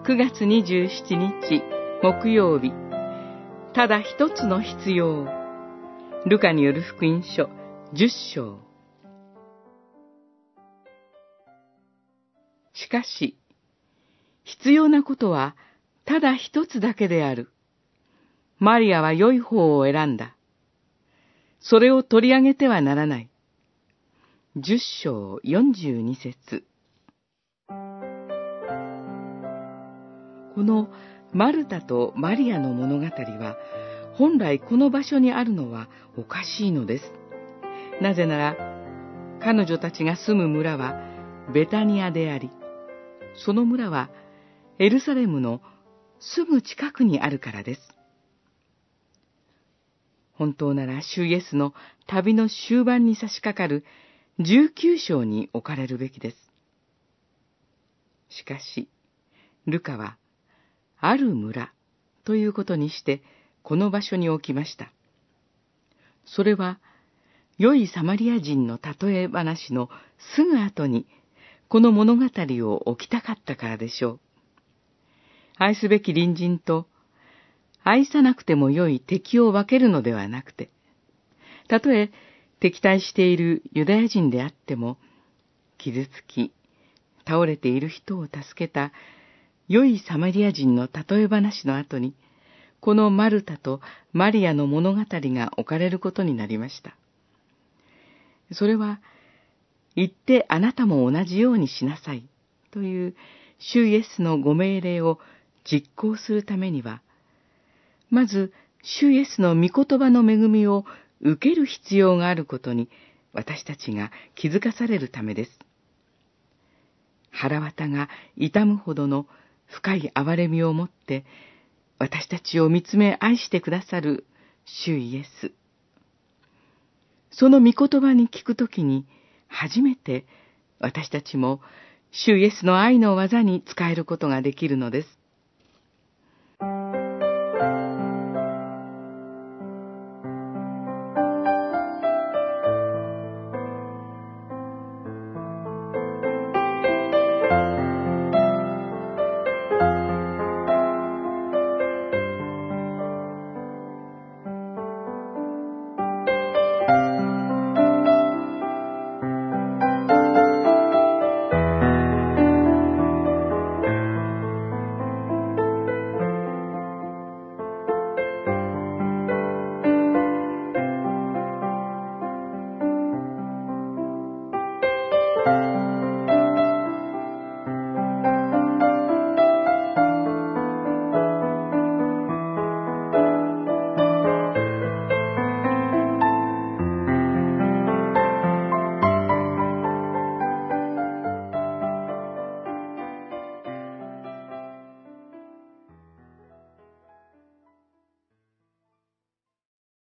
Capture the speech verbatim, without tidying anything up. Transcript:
くがつにじゅうしちにち木曜日、ただ一つの必要。ルカによる福音書じゅっしょう。しかし、必要なことはただ一つだけである。マリアは良い方を選んだ。それを取り上げてはならない。じゅっしょうよんじゅうにせつ。このマルタとマリアの物語は、本来この場所にあるのはおかしいのです。なぜなら、彼女たちが住む村はベタニアであり、その村はエルサレムのすぐ近くにあるからです。本当なら主イエスの旅の終盤に差し掛かるじゅうきゅうしょうに置かれるべきです。しかし、ルカは、ある村ということにして、この場所に置きました。それは、良いサマリア人の例え話のすぐ後に、この物語を置きたかったからでしょう。愛すべき隣人と、愛さなくても良い敵を分けるのではなくて、たとえ敵対しているユダヤ人であっても、傷つき、倒れている人を助けた良いサマリア人の例え話の後に、このマルタとマリアの物語が置かれることになりました。それは、言ってあなたも同じようにしなさいという主イエスのご命令を実行するためには、まず主イエスの御言葉の恵みを受ける必要があることに私たちが気づかされるためです。腹渡が痛むほどの深い憐れみをもって私たちを見つめ愛してくださる主イエス。その御言葉に聞くときに初めて私たちも主イエスの愛の技に使えることができるのです。